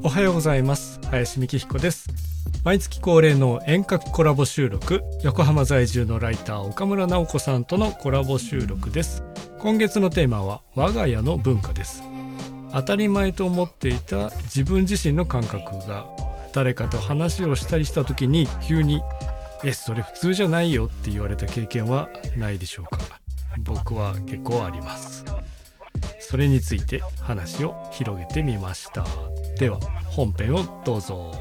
おはようございます。林幹彦です。毎月恒例の遠隔コラボ収録、横浜在住のライター岡村直子さんとのコラボ収録です。今月のテーマは我が家の文化です。当たり前と思っていた自分自身の感覚が誰かと話をしたりした時に急にそれ普通じゃないよって言われた経験はないでしょうか。僕は結構あります。それについて話を広げてみました。では本編をどうぞ。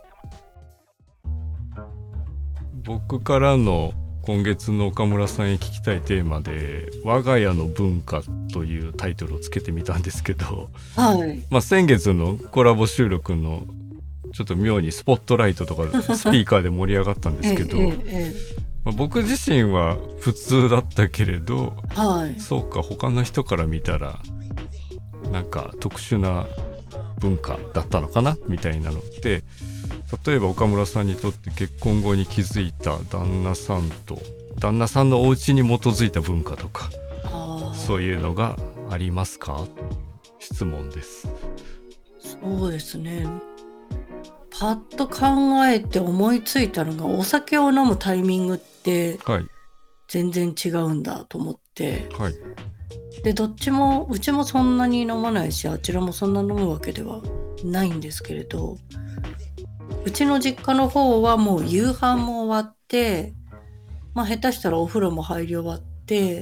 僕からの今月の岡村さんへ聞きたいテーマで我が家の文化というタイトルをつけてみたんですけど、 はい。 先月のコラボ収録のちょっと妙にスポットライトとかスピーカーで盛り上がったんですけど僕自身は普通だったけれど、 はい、 そうか他の人から見たらなんか特殊な文化だったのかなみたいなのって、例えば岡村さんにとって結婚後に築いた旦那さんのお家に基づいた文化とかそういうのがありますか？質問です。 そうですね。パッと考えて思いついたのが、お酒を飲むタイミングって全然違うんだと思って、 はい、 でどっちもうちもそんなに飲まないし、あちらもそんな飲むわけではないんですけれど、うちの実家の方はもう夕飯も終わって、下手したらお風呂も入り終わって、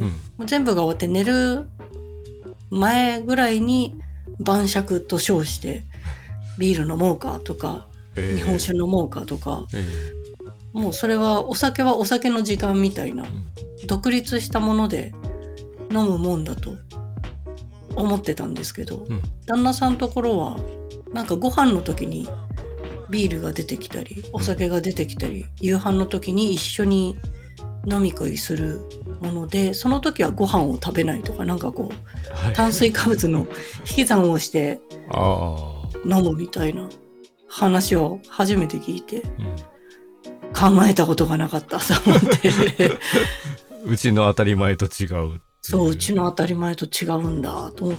もう全部が終わって寝る前ぐらいに晩酌と称してビール飲もうかとか、日本酒飲もうかとか、もうそれはお酒はお酒の時間みたいな、独立したもので飲むもんだと思ってたんですけど、旦那さんのところはなんかご飯の時にビールが出てきたりお酒が出てきたり、夕飯の時に一緒に飲み食いするもので、その時はご飯を食べないとか、なんかこう、炭水化物の引き算をして飲むみたいな話を初めて聞いて、考えたことがなかったと思ってうちの当たり前と違う。 そう、うちの当たり前と違うんだと思って、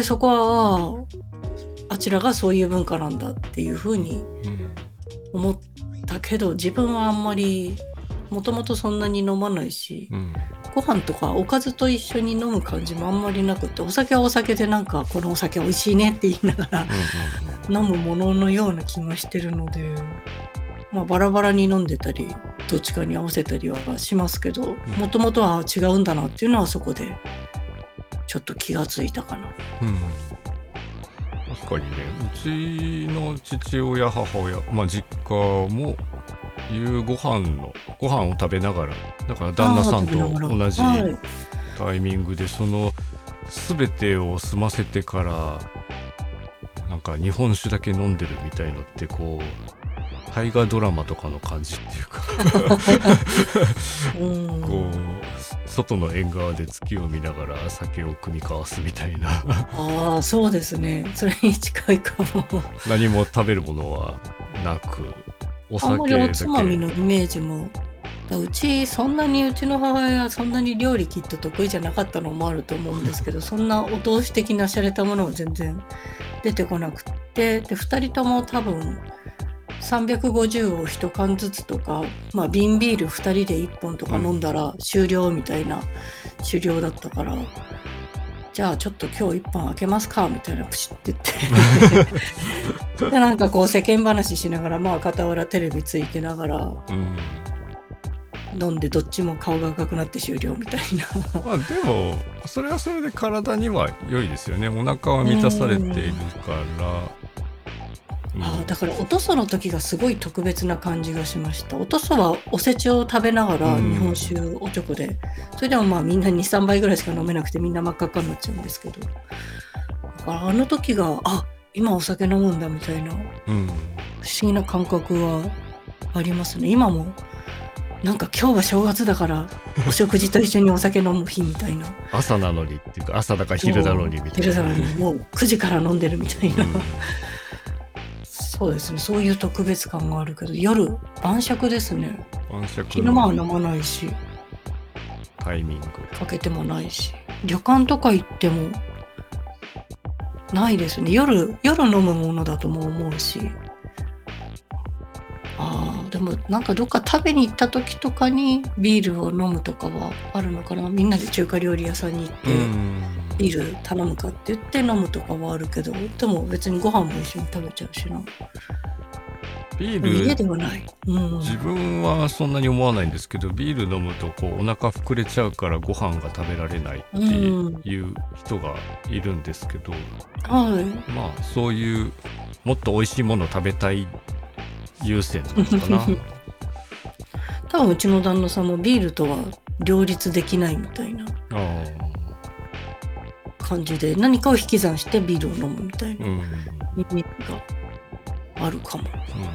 そこはあちらがそういう文化なんだっていうふうに思ったけど、自分はあんまりもともとそんなに飲まないし、ご飯とかおかずと一緒に飲む感じもあんまりなくって、お酒はお酒でなんかこのお酒美味しいねって言いながら飲むもののような気がしてるので、バラバラに飲んでたりどっちかに合わせたりはしますけど、もともとは違うんだなっていうのはそこでちょっと気がついたかな。 確かにね、うちの父親母親、実家も夕ご飯を食べながら、だから旦那さんと同じタイミングでその全てを済ませてからなんか日本酒だけ飲んでるみたいのってこう大河ドラマとかの感じっていうかこう外の縁側で月を見ながら酒を酌み交わすみたいなそうですね、それに近いかも何も食べるものはなく、お酒だけ。 あんまりおつまみのイメージも、うちの母親はそんなに料理きっと得意じゃなかったのもあると思うんですけどそんなお通し的な洒落たものは全然出てこなくって、で2人とも多分350を1缶ずつとか、瓶ビール2人で1本とか飲んだら終了みたいな終了だったから、じゃあちょっと今日1本開けますかみたいなプシッて言ってでなんかこう世間話しながら傍らテレビついてながら飲んで、どっちも顔が赤くなって終了みたいなでもそれはそれで体には良いですよね。お腹は満たされているからだからおとその時がすごい特別な感じがしました。おとそはおせちを食べながら日本酒おちょこで、それでもみんな 2,3 杯ぐらいしか飲めなくてみんな真っ赤っかになっちゃうんですけど、だからあの時が今お酒飲むんだみたいな、不思議な感覚はありますね。今もなんか今日は正月だからお食事と一緒にお酒飲む日みたいな朝なのにっていうか、朝だか昼なのにみたいな、 昼なのにもう9時から飲んでるみたいなそうですね、そういう特別感があるけど、夜晩酌ですね。昼間は飲まないし、 タイミングかけてもないし、旅館とか行ってもないですね。夜飲むものだとも思うし。でもなんかどっか食べに行った時とかにビールを飲むとかはあるのかな。みんなで中華料理屋さんに行ってビール頼むかって言って飲むとかはあるけど、でも別にご飯も一緒に食べちゃうしな。 ビール家ではない、 自分はそんなに思わないんですけど、ビール飲むとこうお腹膨れちゃうからご飯が食べられないっていう人がいるんですけど、まあそういうもっと美味しいものを食べたい優先なのかな。 多分うちの旦那さんもビールとは両立できないみたいな感じで、何かを引き算してビールを飲むみたいなイメージがあるかも。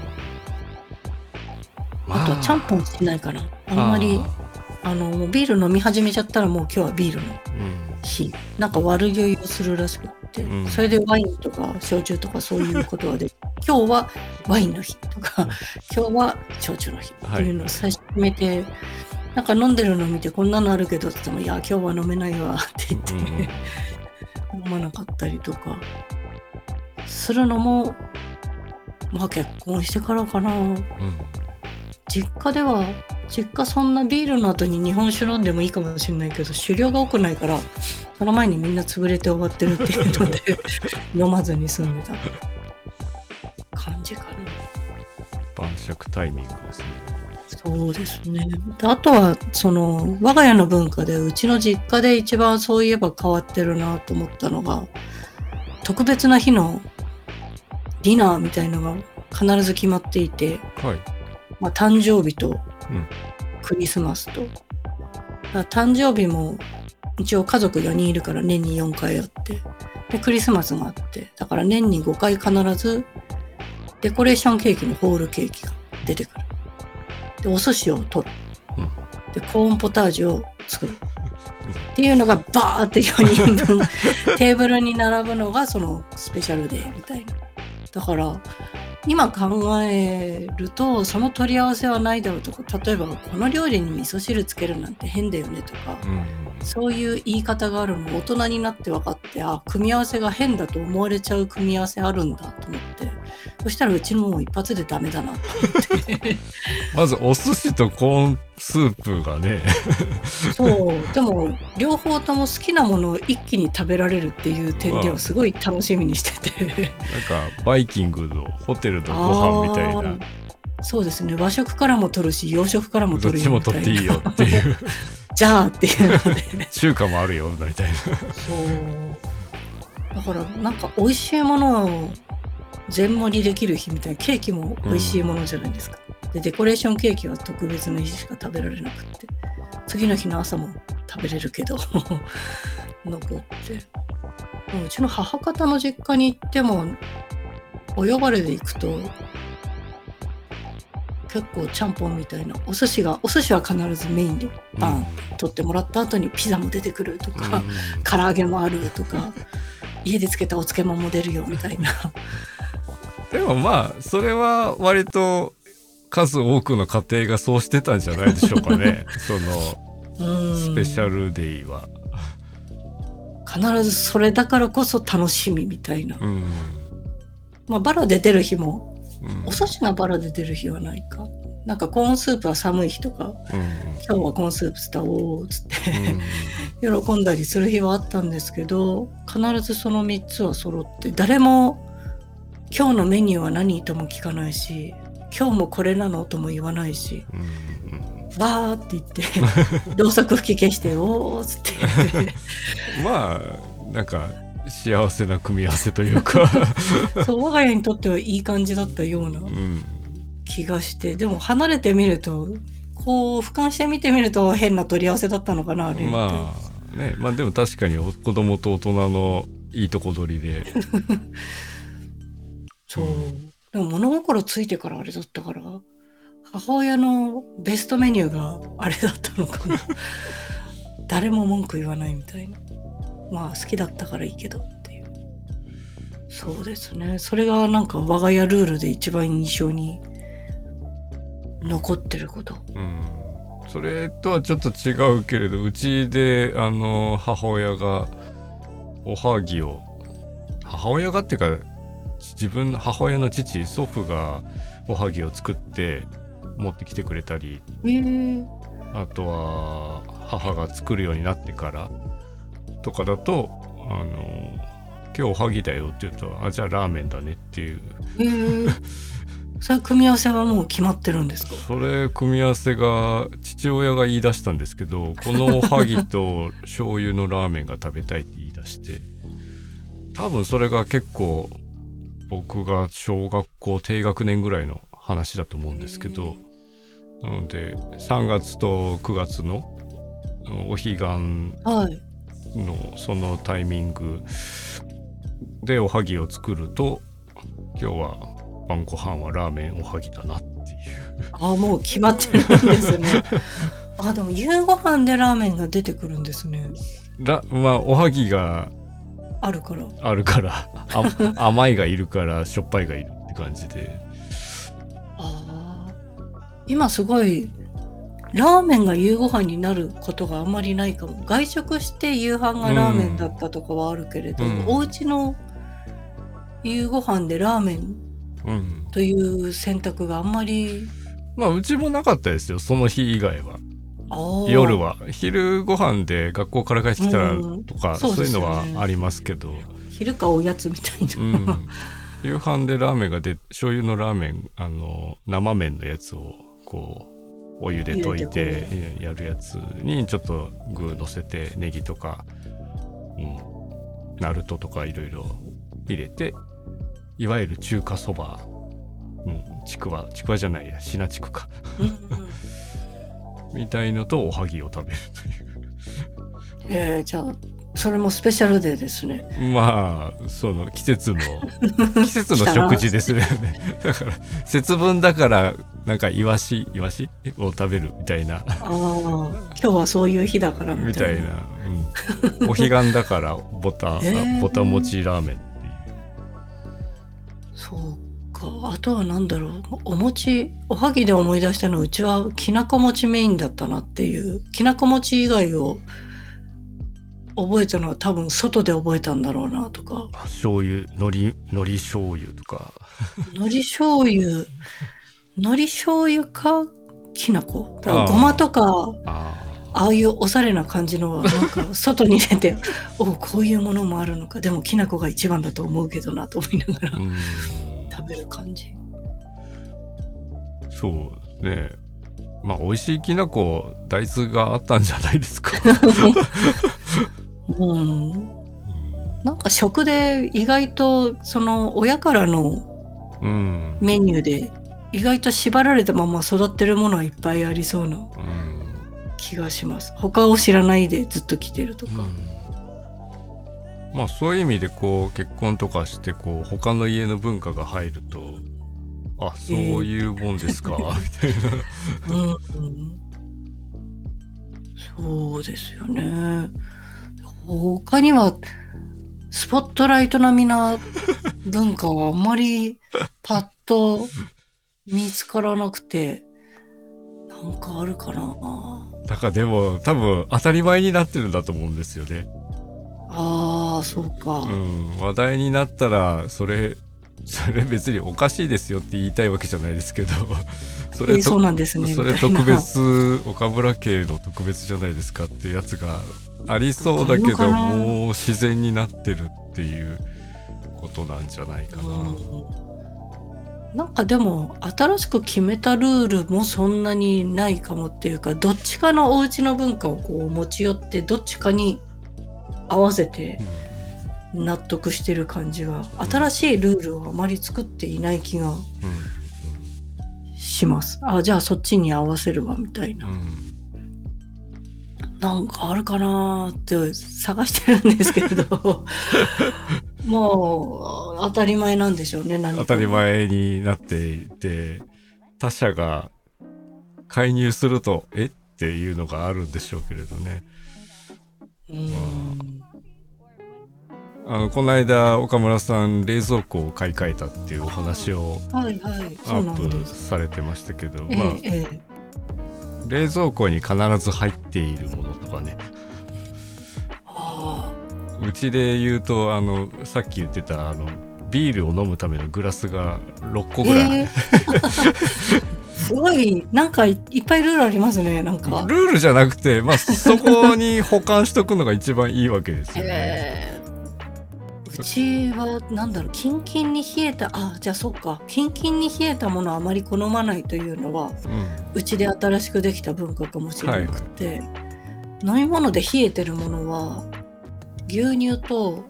あとはちゃんぽんしないから、あんまりもうビール飲み始めちゃったらもう今日はビールの日、なんか悪酔いをするらしくって、それでワインとか焼酎とかそういうことはで今日はワインの日とか今日は焼酎の日っていうのを最初決めて、なんか飲んでるの見てこんなのあるけどって言っても、いや今日は飲めないわって言って、飲まなかったりとかするのも、まあ結婚してからかな。実家そんなビールの後に日本酒飲んでもいいかもしれないけど、酒量が多くないからその前にみんな潰れて終わってるっていうので飲まずに済んでた感じかな。 晩酌タイミングですね。 そうですね。あとはその我が家の文化で、うちの実家で一番そういえば変わってるなと思ったのが、特別な日のディナーみたいのが必ず決まっていて、誕生日とクリスマスと、誕生日も一応家族4人いるから年に4回あって、でクリスマスもあって、だから年に5回必ずデコレーションケーキのホールケーキが出てくる。でお寿司を取る、でコーンポタージュを作るっていうのがバーって4人分テーブルに並ぶのがそのスペシャルデーみたいな。だから今考えるとその取り合わせはないだろうとか、例えばこの料理に味噌汁つけるなんて変だよねとか、そういう言い方があるのを大人になって分かって、組み合わせが変だと思われちゃう組み合わせあるんだと思って、そしたらうちもう一発でダメだなと思ってまずお寿司とコーンスープがねそうでも両方とも好きなものを一気に食べられるっていう点ではすごい楽しみにしてて、 なんかバイキングのホテルのご飯みたいな。 そうですね。和食からも取るし洋食からも取るよみたいな。 どっちも取っていいよっていうじゃあっていうので中華もあるよみたいな。 そうだからなんか美味しいものを全盛りできる日みたいな。ケーキも美味しいものじゃないですか、でデコレーションケーキは特別な日しか食べられなくて、次の日の朝も食べれるけど残って、うちの母方の実家に行ってもお呼ばれで行くと結構ちゃんぽんみたいな、お寿司は必ずメインでバン取ってもらった後にピザも出てくるとか、唐揚げもあるとか、家でつけたお漬物も出るよみたいなでもまあそれは割と数多くの家庭がそうしてたんじゃないでしょうかねそのスペシャルデイは必ずそれだからこそ楽しみみたいな、バラで出る日も、お寿司がバラで出る日はないか。なんかコーンスープは寒い日とか、今日はコーンスープしたおーっつって喜んだりする日はあったんですけど、必ずその3つは揃って、誰も今日のメニューは何とも聞かないし、今日もこれなのとも言わないし、バーって言ってろうそく吹き消しておーっつってまあなんか幸せな組み合わせというかそう我が家にとってはいい感じだったような気がして、でも離れてみるとこう俯瞰して見てみると変な取り合わせだったのかなあれ。 まあね、でも確かに子供と大人のいいとこ取りでそう、でも物心ついてからあれだったから、母親のベストメニューがあれだったのかな誰も文句言わないみたいな。まあ好きだったからいいけどっていう。そうですね。それがなんか我が家ルールで一番印象に残ってること。 それとはちょっと違うけれど、うちで母親がおはぎを母親がっていうか自分の母親の父祖父がおはぎを作って持ってきてくれたり、あとは母が作るようになってからとかだと今日おはぎだよって言うとじゃあラーメンだねっていうそれ組み合わせはもう決まってるんですか？ それ組み合わせが父親が言い出したんですけど、このおはぎと醤油のラーメンが食べたいって言い出して多分それが結構僕が小学校低学年ぐらいの話だと思うんですけど、なので3月と9月のお彼岸のそのタイミングでおはぎを作ると、今日は晩ご飯はラーメンおはぎだなっていうもう決まってるんですねでも夕ご飯でラーメンが出てくるんですね。 おはぎがあるから甘いがいるからしょっぱいがいるって感じで。 今すごいラーメンが夕ご飯になることがあんまりないかも。外食して夕飯がラーメンだったとかはあるけれど、お家の夕ご飯でラーメンという選択があんまり、 うちもなかったですよ、その日以外は。夜は昼ご飯で学校から帰ってきたらとか、そういうのはありますけど、 昼かおやつみたいな、 夕飯でラーメンが醤油のラーメン生麺のやつをこうお湯で溶いてやるやつにちょっと具乗せてネギとか、ナルトとかいろいろ入れて、いわゆる中華そば、ちくわじゃないやシナチクかみたいのとおはぎを食べるというじゃあそれもスペシャルデーですね。 その季節の食事ですねだから節分だからなんかイワシを食べるみたいな今日はそういう日だからみたいなお彼岸だからボタ餅ラーメンっていう。 そうか。あとは何だろう、おはぎで思い出したのは、うちはきなこ餅メインだったなっていう。きなこ餅以外を覚えたのは多分外で覚えたんだろうなとか。 醤油海苔醤油とか海苔醤油かきなこだからごまとかああいうおしゃれな感じのなんか外に出てこういうものもあるのか、でもきなこが一番だと思うけどなと思いながら食べる感じ。 そうね。美味しいきなこ大豆があったんじゃないですかなんか食で意外とその親からのメニューで意外と縛られたまま育ってるものはいっぱいありそうな気がします。他を知らないでずっと来てるとか、 そういう意味でこう結婚とかしてこう他の家の文化が入るとそういうもんですかみたいなそうですよね。他にはスポットライト並みな文化はあんまりパッと見つからなくて、なんかあるかな。 だからでも多分当たり前になってるんだと思うんですよね。 そうか。 話題になったらそれ別におかしいですよって言いたいわけじゃないですけどそうなんですね。 それ特別岡村家の特別じゃないですかっていうやつがありそうだけど、もう自然になってるっていうことなんじゃないかな。 なんかでも新しく決めたルールもそんなにないかもっていうか、どっちかのお家の文化をこう持ち寄ってどっちかに合わせて納得してる感じが、新しいルールをあまり作っていない気がします。じゃあそっちに合わせるわみたいな、なんかあるかなって探してるんですけどもう当たり前なんでしょうね。 当たり前になっていて、他者が介入するとっていうのがあるんでしょうけれどね。この間岡村さん冷蔵庫を買い替えたっていうお話をアップされてましたけど、冷蔵庫に必ず入っているものとかね、 うちで言うとさっき言ってたビールを飲むためのグラスが6個ぐらい、 すごいなんかいっぱいルールありますね。なんかルールじゃなくて、そこに保管しとくのが一番いいわけですよね。 うちはなんだろう、キンキンに冷えた、じゃあそっか、キンキンに冷えたものをあまり好まないというのは、うちで新しくできた文化かもしれなくて、飲み物で冷えてるものは牛乳と、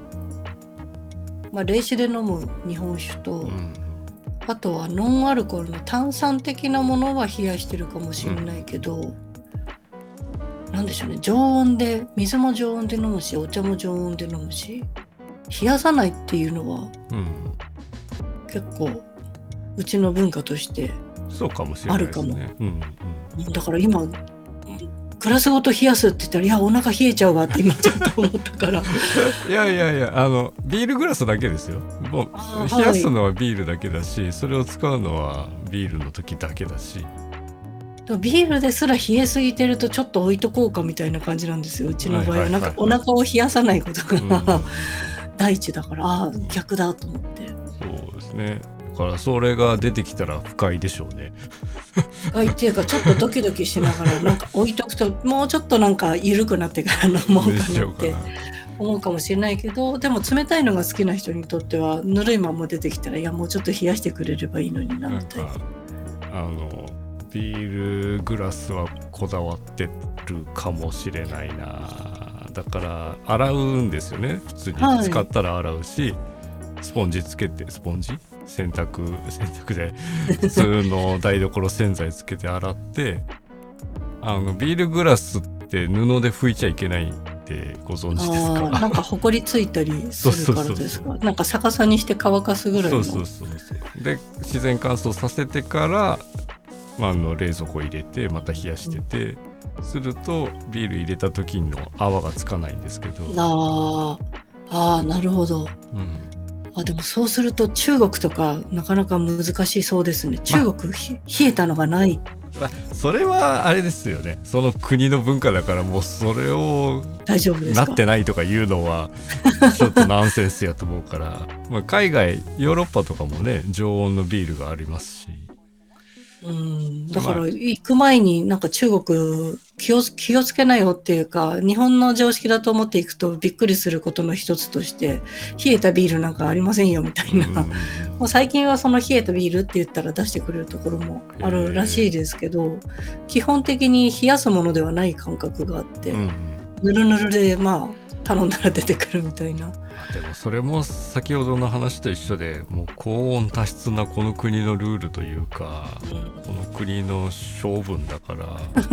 冷酒で飲む日本酒と、あとはノンアルコールの炭酸的なものは冷やしてるかもしれないけど、なんでしょうね、常温で、水も常温で飲むし、お茶も常温で飲むし、冷やさないっていうのは、結構うちの文化としてそうかもしれないですね。 だから今グラスごと冷やすって言ったら、いやお腹冷えちゃうわって今ちょっと思ったからいやビールグラスだけですよ。もう冷やすのはビールだけだし、それを使うのはビールの時だけだし、 ビールですら冷えすぎてるとちょっと置いとこうかみたいな感じなんですよ、うちの場合は。なんかお腹を冷やさないことが、第一だから、逆だと思って。 そうですね。だからそれが出てきたら不快でしょうね。 不快っていうか、ちょっとドキドキしながらなんか置いとくと、もうちょっとなんか緩くなってから飲もうかなって思うかもしれないけど、でも冷たいのが好きな人にとっては、ぬるいまま出てきたら、いやもうちょっと冷やしてくれればいいのになみたいな。 ビールグラスはこだわってるかもしれないな。だから洗うんですよね。普通に使ったら洗うし、スポンジつけて、洗濯で普通の台所洗剤つけて洗って、ビールグラスって布で拭いちゃいけないってご存知ですか？ なんかほこりついたりするからですか？なんか逆さにして乾かすぐらいの。 そうで自然乾燥させてから、冷蔵庫入れてまた冷やしてて、するとビール入れた時の泡がつかないんですけど。 なるほど。でもそうすると中国とかなかなか難しそうですね。中国、冷えたのがない。 それはあれですよね。その国の文化だから、もうそれを大丈夫ですか？ なってないとか言うのはちょっとナンセンスやと思うから、海外ヨーロッパとかもね、常温のビールがありますし。 だから行く前になんか中国気をつけなよっていうか、日本の常識だと思っていくとびっくりすることの一つとして、冷えたビールなんかありませんよみたいな、もう最近はその冷えたビールって言ったら出してくれるところもあるらしいですけど、基本的に冷やすものではない感覚があって、ぬるぬるで頼んだら出てくるみたいな。 でもそれも先ほどの話と一緒で、もう高温多湿なこの国のルールというか、この国の性分だから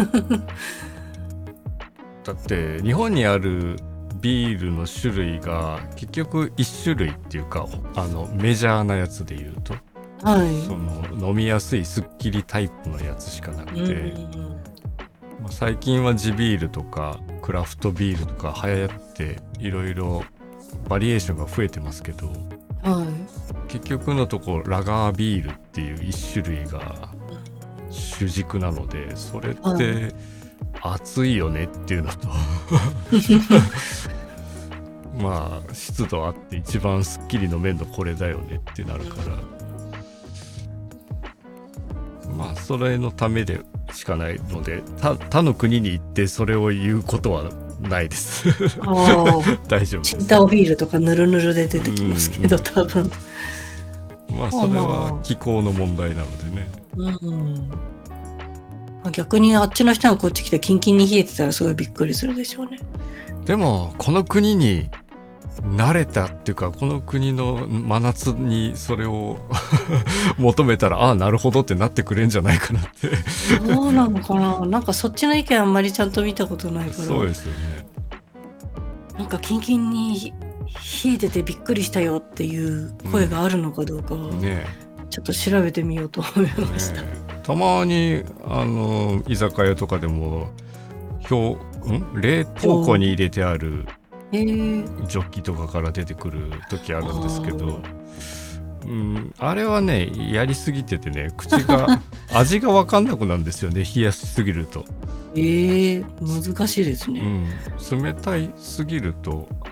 だって日本にあるビールの種類が結局1種類っていうか、メジャーなやつでいうと、その飲みやすいすっきりタイプのやつしかなくて、最近は地ビールとかクラフトビールとか流行っていろいろバリエーションが増えてますけど、結局のところラガービールっていう一種類が主軸なので、それって暑いよねっていうのと湿度あって一番すっきり飲めるのこれだよねってなるから、それのためでしかないので、他の国に行ってそれを言うことはないです大丈夫です。 チンタオビールとかぬるぬるで出てきますけど、多分それは気候の問題なのでね。 逆にあっちの人がこっち来てキンキンに冷えてたらすごいびっくりするでしょうね。 でもこの国に慣れたっていうか、この国の真夏にそれを求めたら、なるほどってなってくれんじゃないかなってそうなのかな。なんかそっちの意見あんまりちゃんと見たことないから。 そうですよね。 なんかキンキンに冷えててびっくりしたよっていう声があるのかどうかは、ちょっと調べてみようと思いました。 たまに居酒屋とかでも冷凍庫に入れてあるジョッキとかから出てくる時あるんですけど、あれはね、やりすぎててね、味が分かんなくなるんですよね、冷やしすぎると。 難しいですね。 冷たいすぎると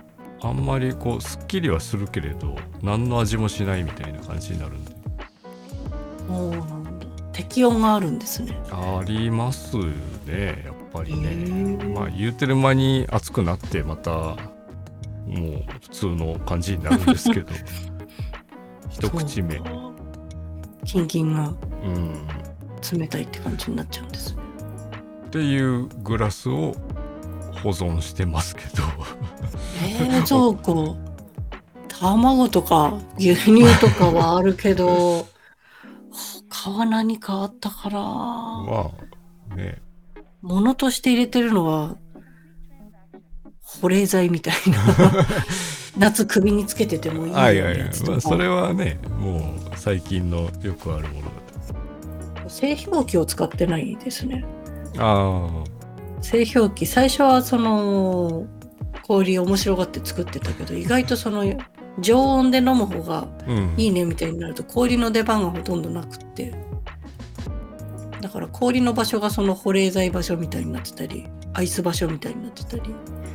あんまりこうすっきりはするけれど何の味もしないみたいな感じになるんで。 そうなんだ。適温があるんですね。 ありますね、やっぱりね。まあ言うてる間に暑くなってまたもう普通の感じになるんですけど一口目キンキンがうん冷たいって感じになっちゃうんですね。 っていうグラスを保存してますけど冷蔵庫卵とか牛乳とかはあるけど他は何かあったかな。 まあね、 物として入れてるのは保冷剤みたいな夏首につけててもいいようなやつとか、 まあ、それはねもう最近のよくあるものだ製氷機を使ってないですね。 と。あ製氷機最初はその氷面白がって作ってたけど意外とその常温で飲む方がいいねみたいになると氷の出番がほとんどなくってだから氷の場所がその保冷剤場所みたいになってたりアイス場所みたいになってたり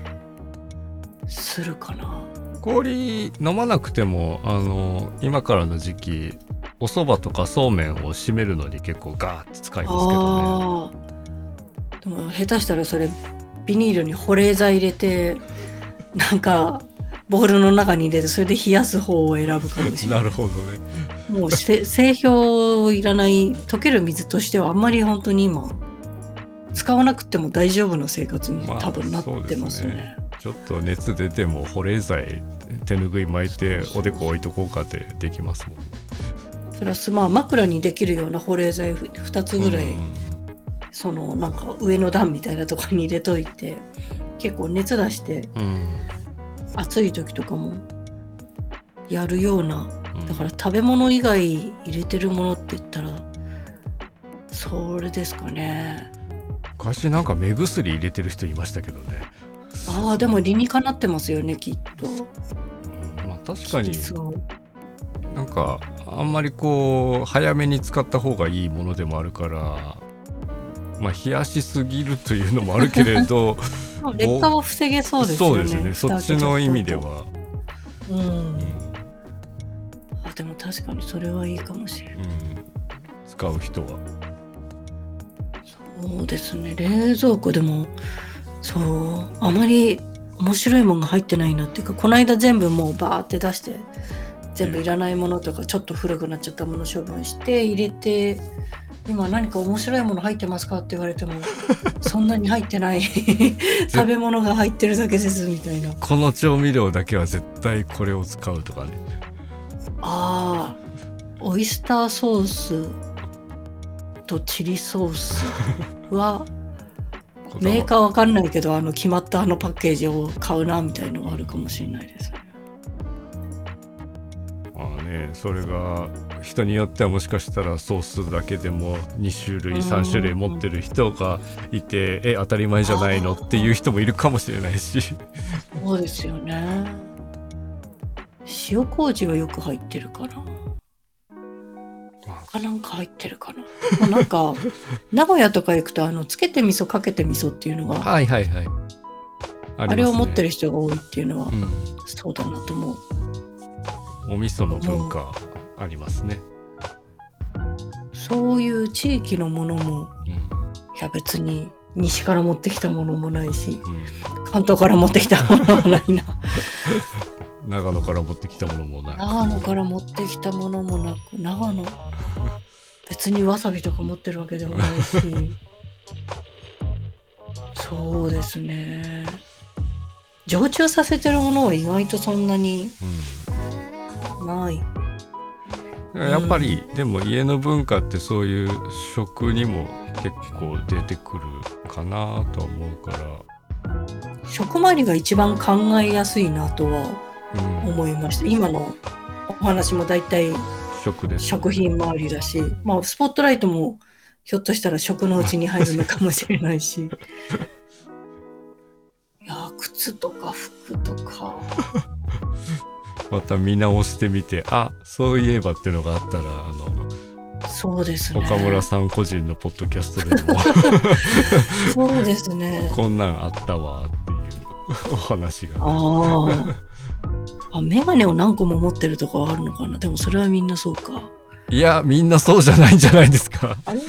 するかな。 氷飲まなくても今からの時期お蕎麦とかそうめんを締めるのに結構ガーって使いますけどね。 でも下手したらそれビニールに保冷剤入れてなんかボウルの中に入れてそれで冷やす方を選ぶかもしれない。 なるほどね。 もう製氷いらない溶ける水としてはあんまり本当に今使わなくても大丈夫な生活に多分なってますね。 ちょっと熱出ても保冷剤手ぬぐい巻いておでこ置いとこうかってできますもん。 プラス枕にできるような保冷剤2つぐらい、そのなんか上の段みたいなところに入れといて結構熱出して、暑い時とかもやるような、だから食べ物以外入れてるものって言ったらそれですかね。 昔なんか目薬入れてる人いましたけどね。 でも理にかなってますよねきっと。 まあ確かになんかあんまりこう早めに使った方がいいものでもあるからまあ冷やしすぎるというのもあるけれど劣化を防げそうですよね。 そうですね、そっちの意味ではでも確かにそれはいいかもしれない、 使う人は。 そうですね。冷蔵庫でもそうあまり面白いものが入ってないなっていうかこの間全部もうバーって出して全部いらないものとかちょっと古くなっちゃったもの処分して入れて今何か面白いもの入ってますかって言われてもそんなに入ってない食べ物が入ってるだけですみたいな。 この調味料だけは絶対これを使うとかね。 オイスターソースとチリソースはメーカーわかんないけど決まったパッケージを買うなみたいのがあるかもしれないですね。 それが人によってはもしかしたらソースだけでも2種類3種類持ってる人がいて当たり前じゃないのっていう人もいるかもしれないしそうですよね。塩麹はよく入ってるかな。なんか入ってるかな。なんか名古屋とか行くとつけて味噌かけて味噌っていうのがあれを持ってる人が多いっていうのは、そうだなと思う。 お味噌の文化ありますね。 そういう地域のものも、いや別に西から持ってきたものもないし、関東から持ってきたものもないな。 長野から持ってきたものもない。 長野から持ってきたものもなく、長野別にわさびとか持ってるわけでもないし、そうですね。常駐させてるものは意外とそんなにない。 やっぱり、でも家の文化ってそういう食にも結構出てくるかなと思うから、 食周りが一番考えやすいなとは思いました。今のお話もだいたい食品周りだし、スポットライトもひょっとしたら食のうちに入るのかもしれないしいや靴とか服とかまた見直してみて、そういえばっていうのがあったらそうですね、 岡村さん個人のポッドキャストでもそうですね、 こんなんあったわっていうお話がメガネを何個も持ってるとかはあるのかな。でもそれはみんなそうか。 いや、みんなそうじゃないんじゃないですか。 あれ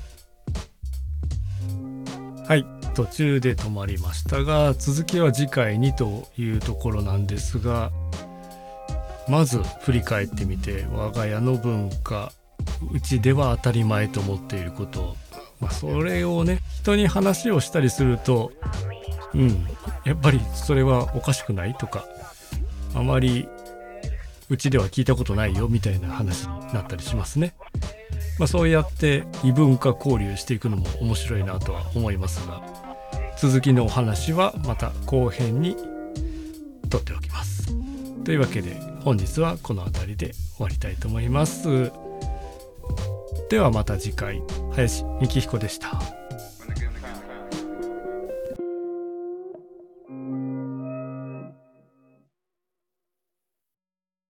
はい、途中で止まりましたが、続きは次回にというところなんですが、まず振り返ってみて、我が家の文化、うちでは当たり前と思っていること、それをね、人に話をしたりすると、やっぱりそれはおかしくないとか、あまりうちでは聞いたことないよみたいな話になったりしますね。そうやって異文化交流していくのも面白いなとは思いますが、続きのお話はまた後編にとっておきます。というわけで本日はこの辺りで終わりたいと思います。ではまた次回。林幹彦でした。